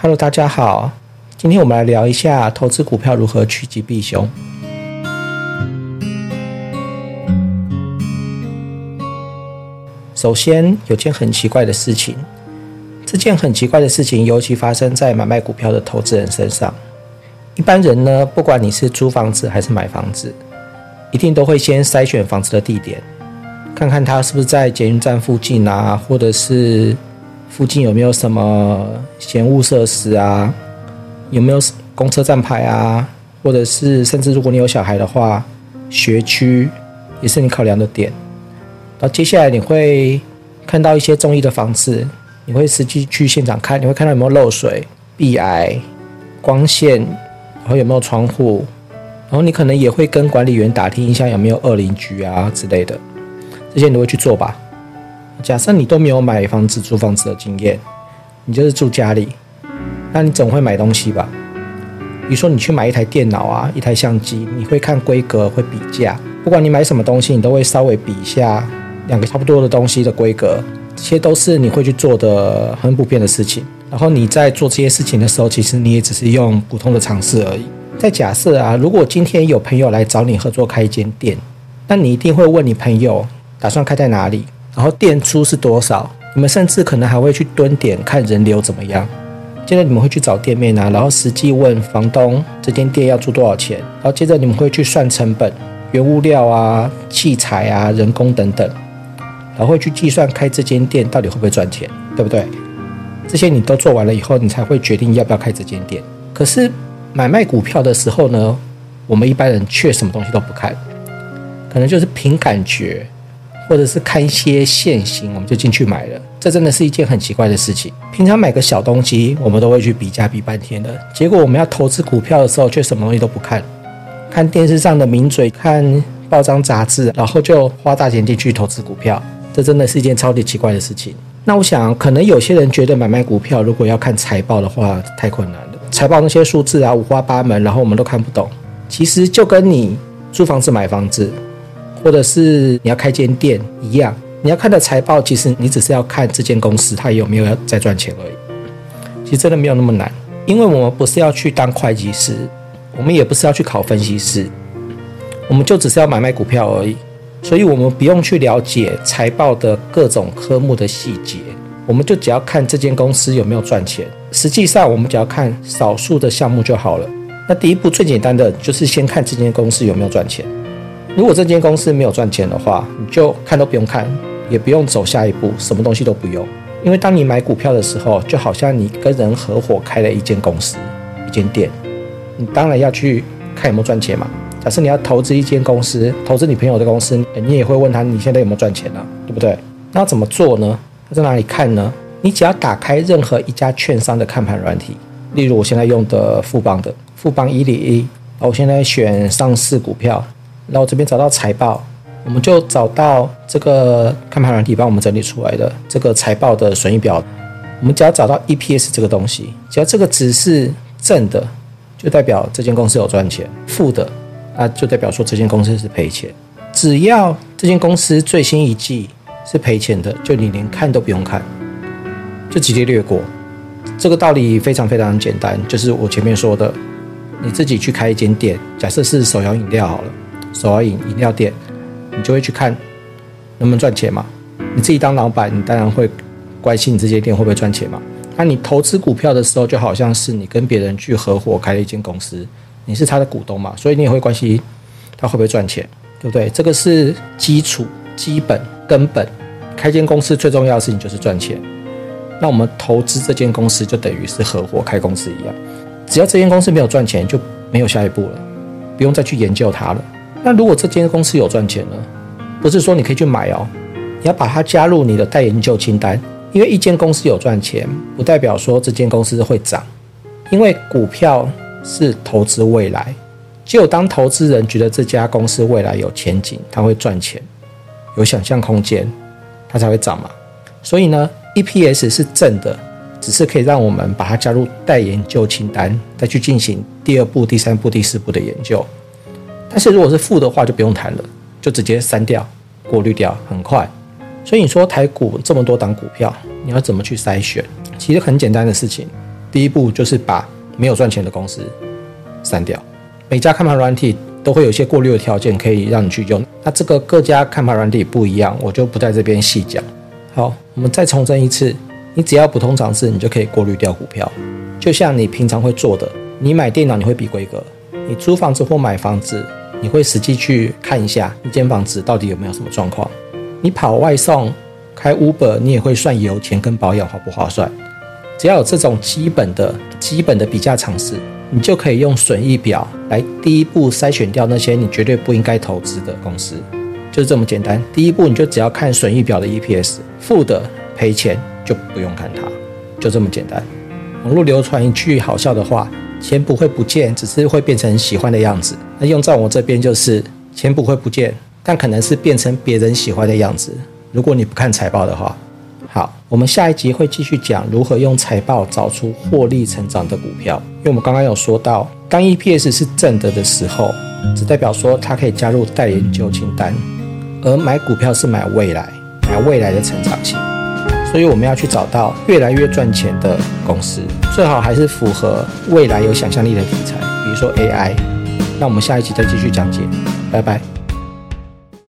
Hello， 大家好，今天我们来聊一下投资股票如何趋吉避凶。首先，有件很奇怪的事情，这件很奇怪的事情尤其发生在买卖股票的投资人身上。一般人呢，不管你是租房子还是买房子，一定都会先筛选房子的地点，看看它是不是在捷运站附近啊，或者是附近有没有什么闲物设施啊，有没有公车站牌啊，或者是甚至如果你有小孩的话，学区也是你考量的点。然后接下来你会看到一些中意的房子，你会实际去现场看，你会看到有没有漏水、壁癌、光线，然后有没有窗户，然后你可能也会跟管理员打听一下有没有恶邻居啊之类的，这些你会去做吧。假设你都没有买房子、租房子的经验，你就是住家里，那你总会买东西吧？比如说你去买一台电脑啊，一台相机，你会看规格，会比价。不管你买什么东西，你都会稍微比一下两个差不多的东西的规格，这些都是你会去做的很普遍的事情。然后你在做这些事情的时候，其实你也只是用普通的常识而已。再假设啊，如果今天有朋友来找你合作开一间店，那你一定会问你朋友打算开在哪里，然后店租是多少，你们甚至可能还会去蹲点看人流怎么样。接着你们会去找店面啊，然后实际问房东这间店要租多少钱，然后接着你们会去算成本，原物料啊、器材啊、人工等等，然后会去计算开这间店到底会不会赚钱，对不对？这些你都做完了以后，你才会决定要不要开这间店。可是买卖股票的时候呢，我们一般人却什么东西都不看，可能就是凭感觉，或者是看一些现行我们就进去买了，这真的是一件很奇怪的事情。平常买个小东西我们都会去比价比半天的，结果我们要投资股票的时候却什么东西都不看，看电视上的名嘴，看报章杂志，然后就花大钱进去投资股票，这真的是一件超级奇怪的事情。那我想可能有些人觉得买卖股票如果要看财报的话太困难了，财报那些数字啊五花八门，然后我们都看不懂。其实就跟你租房子买房子或者是你要开间店一样，你要看的财报其实你只是要看这间公司它有没有要在赚钱而已。其实真的没有那么难，因为我们不是要去当会计师，我们也不是要去考分析师，我们就只是要买卖股票而已。所以我们不用去了解财报的各种科目的细节，我们就只要看这间公司有没有赚钱。实际上我们只要看少数的项目就好了。那第一步最简单的就是先看这间公司有没有赚钱。如果这间公司没有赚钱的话，你就看都不用看，也不用走下一步，什么东西都不用。因为当你买股票的时候，就好像你跟人合伙开了一间公司、一间店，你当然要去看有没有赚钱嘛。假设你要投资一间公司，投资你朋友的公司，你也会问他你现在有没有赚钱啊，对不对？那要怎么做呢？在哪里看呢？你只要打开任何一家券商的看盘软体，例如我现在用的富邦101，然后我现在选上市股票，然后这边找到财报，我们就找到这个看盘软体帮我们整理出来的这个财报的损益表。我们只要找到 EPS 这个东西，只要这个值是正的，就代表这间公司有赚钱；负的就代表说这间公司是赔钱。只要这间公司最新一季是赔钱的，就你连看都不用看，就直接略过。这个道理非常非常简单，就是我前面说的，你自己去开一间店，假设是手摇饮料好了，手摇饮料店，你就会去看能不能赚钱嘛。你自己当老板，你当然会关心你这间店会不会赚钱嘛。那你投资股票的时候，就好像是你跟别人去合伙开了一间公司，你是他的股东嘛，所以你也会关心他会不会赚钱，对不对？这个是基础、基本、根本。开间公司最重要的事情就是赚钱。那我们投资这间公司就等于是合伙开公司一样，只要这间公司没有赚钱，就没有下一步了，不用再去研究它了。那如果这间公司有赚钱呢？不是说你可以去买哦，你要把它加入你的待研究清单。因为一间公司有赚钱，不代表说这间公司会涨，因为股票是投资未来，只有当投资人觉得这家公司未来有前景，它会赚钱，有想象空间，它才会涨嘛。所以呢 EPS 是正的，只是可以让我们把它加入待研究清单，再去进行第二步、第三步、第四步的研究。但是如果是负的话就不用谈了，就直接删掉、过滤掉，很快。所以你说台股这么多档股票，你要怎么去筛选？其实很简单的事情， 第一步就是把没有赚钱的公司删掉。每家看盘软体都会有一些过滤的条件可以让你去用，那这个各家看盘软体不一样，我就不在这边细讲。好，我们再重申一次，你只要不通常式，你就可以过滤掉股票。就像你平常会做的，你买电脑你会比规格，你租房子或买房子你会实际去看一下一间房子到底有没有什么状况，你跑外送开 Uber 你也会算油钱跟保养划不划算。只要有这种基本的比价常识，你就可以用损益表来第一步筛选掉那些你绝对不应该投资的公司，就是这么简单。第一步你就只要看损益表的 EPS， 负的赔钱就不用看它，就这么简单。网络流传一句好笑的话，钱不会不见，只是会变成喜欢的样子。那用在我这边就是钱不会不见，但可能是变成别人喜欢的样子，如果你不看财报的话。好，我们下一集会继续讲如何用财报找出获利成长的股票。因为我们刚刚有说到，当 EPS 是正的时候，只代表说它可以加入待研究清单，而买股票是买未来的成长性。所以我们要去找到越来越赚钱的公司，最好还是符合未来有想象力的题材，比如说 AI。那我们下一集再继续讲解，拜拜。